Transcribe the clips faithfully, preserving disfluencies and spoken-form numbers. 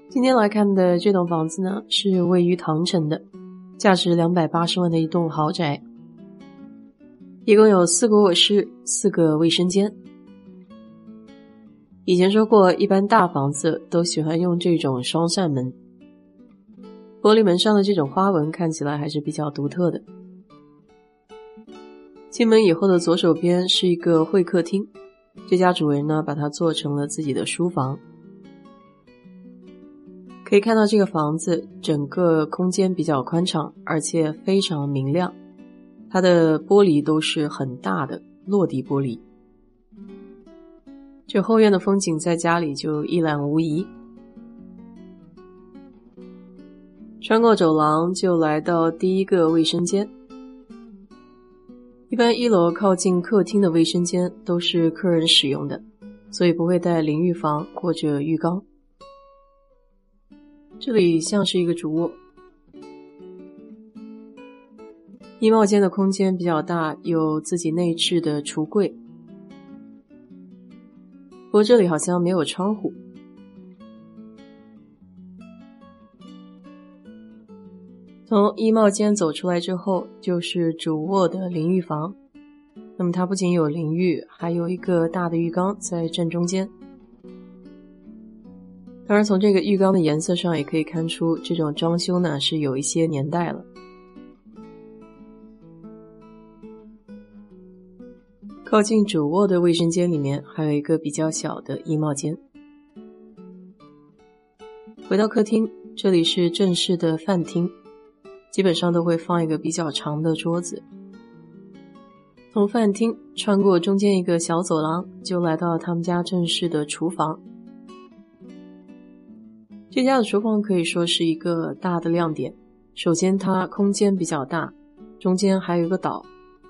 今天来看的这栋房子呢，是位于唐城的，价值两百八十万的一栋豪宅，一共有四个卧室，四个卫生间。以前说过，一般大房子都喜欢用这种双扇门，玻璃门上的这种花纹看起来还是比较独特的。进门以后的左手边是一个会客厅，这家主人呢把它做成了自己的书房。可以看到这个房子整个空间比较宽敞，而且非常明亮，它的玻璃都是很大的落地玻璃。这后院的风景在家里就一览无遗。穿过走廊就来到第一个卫生间。一般一楼靠近客厅的卫生间都是客人使用的，所以不会带淋浴房或者浴缸。这里像是一个主卧，衣帽间的空间比较大，有自己内置的橱柜，不过这里好像没有窗户。从衣帽间走出来之后就是主卧的淋浴房，那么它不仅有淋浴，还有一个大的浴缸在正中间。当然从这个浴缸的颜色上也可以看出，这种装修呢是有一些年代了。靠近主卧的卫生间里面还有一个比较小的衣帽间。回到客厅，这里是正式的饭厅，基本上都会放一个比较长的桌子。从饭厅穿过中间一个小走廊，就来到他们家正式的厨房。这家的厨房可以说是一个大的亮点。首先它空间比较大，中间还有一个岛，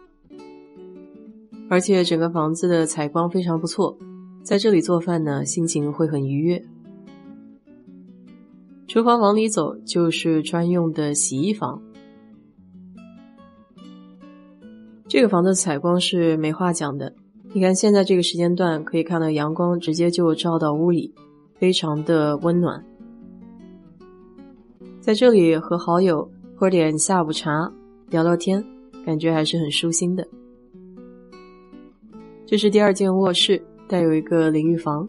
而且整个房子的采光非常不错，在这里做饭呢心情会很愉悦。厨房往里走就是专用的洗衣房。这个房子采光是没话讲的，你看现在这个时间段可以看到阳光直接就照到屋里，非常的温暖。在这里和好友喝点下午茶聊聊天，感觉还是很舒心的。这是第二间卧室，带有一个淋浴房，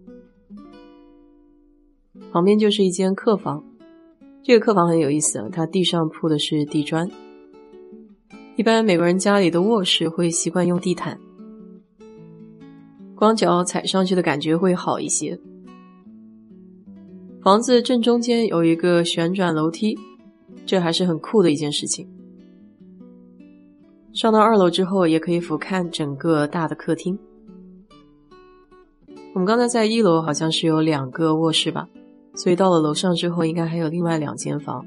旁边就是一间客房。这个客房很有意思，它地上铺的是地砖。一般美国人家里的卧室会习惯用地毯，光脚踩上去的感觉会好一些。房子正中间有一个旋转楼梯，这还是很酷的一件事情。上到二楼之后也可以俯瞰整个大的客厅。我们刚才在一楼好像是有两个卧室吧，所以到了楼上之后应该还有另外两间房。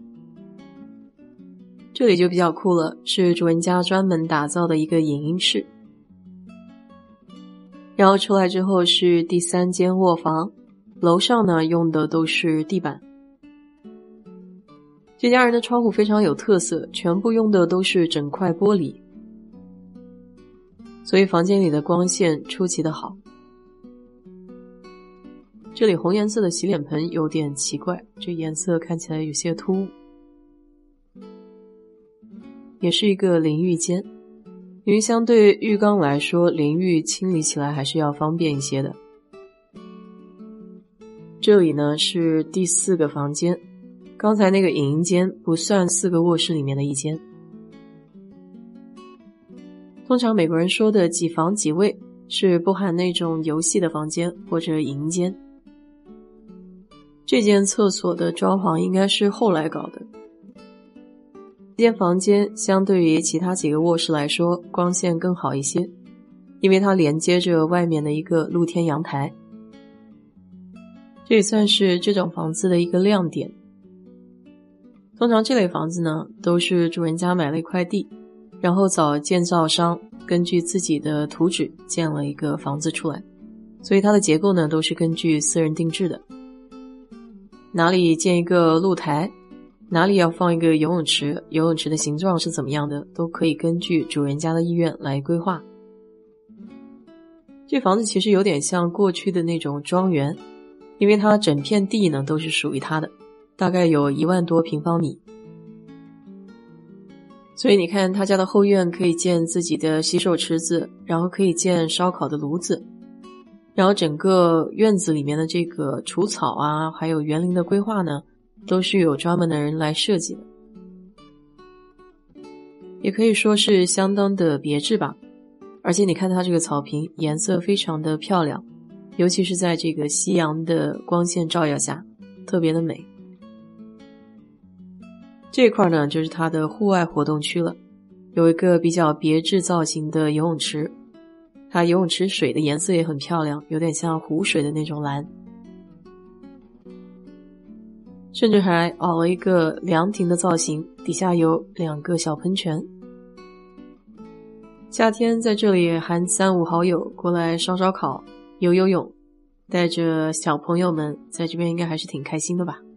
这里就比较酷了，是主人家专门打造的一个影音室。然后出来之后是第三间卧房，楼上呢用的都是地板。这家人的窗户非常有特色，全部用的都是整块玻璃，所以房间里的光线出奇的好。这里红颜色的洗脸盆有点奇怪，这颜色看起来有些突兀。也是一个淋浴间，因为相对浴缸来说，淋浴清理起来还是要方便一些的。这里呢是第四个房间，刚才那个影音间不算四个卧室里面的一间。通常美国人说的几房几卫是不含那种游戏的房间或者影音间。这间厕所的装潢应该是后来搞的。这间房间相对于其他几个卧室来说光线更好一些，因为它连接着外面的一个露天阳台。这也算是这种房子的一个亮点。通常这类房子呢，都是主人家买了一块地，然后找建造商根据自己的图纸建了一个房子出来，所以它的结构呢都是根据私人定制的。哪里建一个露台，哪里要放一个游泳池，游泳池的形状是怎么样的，都可以根据主人家的意愿来规划。这房子其实有点像过去的那种庄园， 因为它整片地呢都是属于它的，大概有一万多平方米。所以你看他家的后院可以建自己的洗手池子，然后可以建烧烤的炉子，然后整个院子里面的这个除草啊，还有园林的规划呢，都是有专门的人来设计的，也可以说是相当的别致吧。而且你看它这个草坪颜色非常的漂亮，尤其是在这个夕阳的光线照耀下，特别的美。这块呢就是它的户外活动区了，有一个比较别致造型的游泳池，它游泳池水的颜色也很漂亮，有点像湖水的那种蓝，甚至还凹了一个凉亭的造型，底下有两个小喷泉。夏天在这里喊三五好友过来烧烧烤、游游泳，带着小朋友们在这边应该还是挺开心的吧。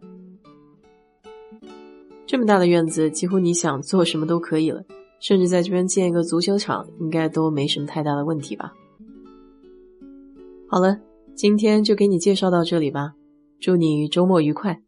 这么大的院子，几乎你想做什么都可以了，甚至在这边建一个足球场，应该都没什么太大的问题吧。好了，今天就给你介绍到这里吧，祝你周末愉快。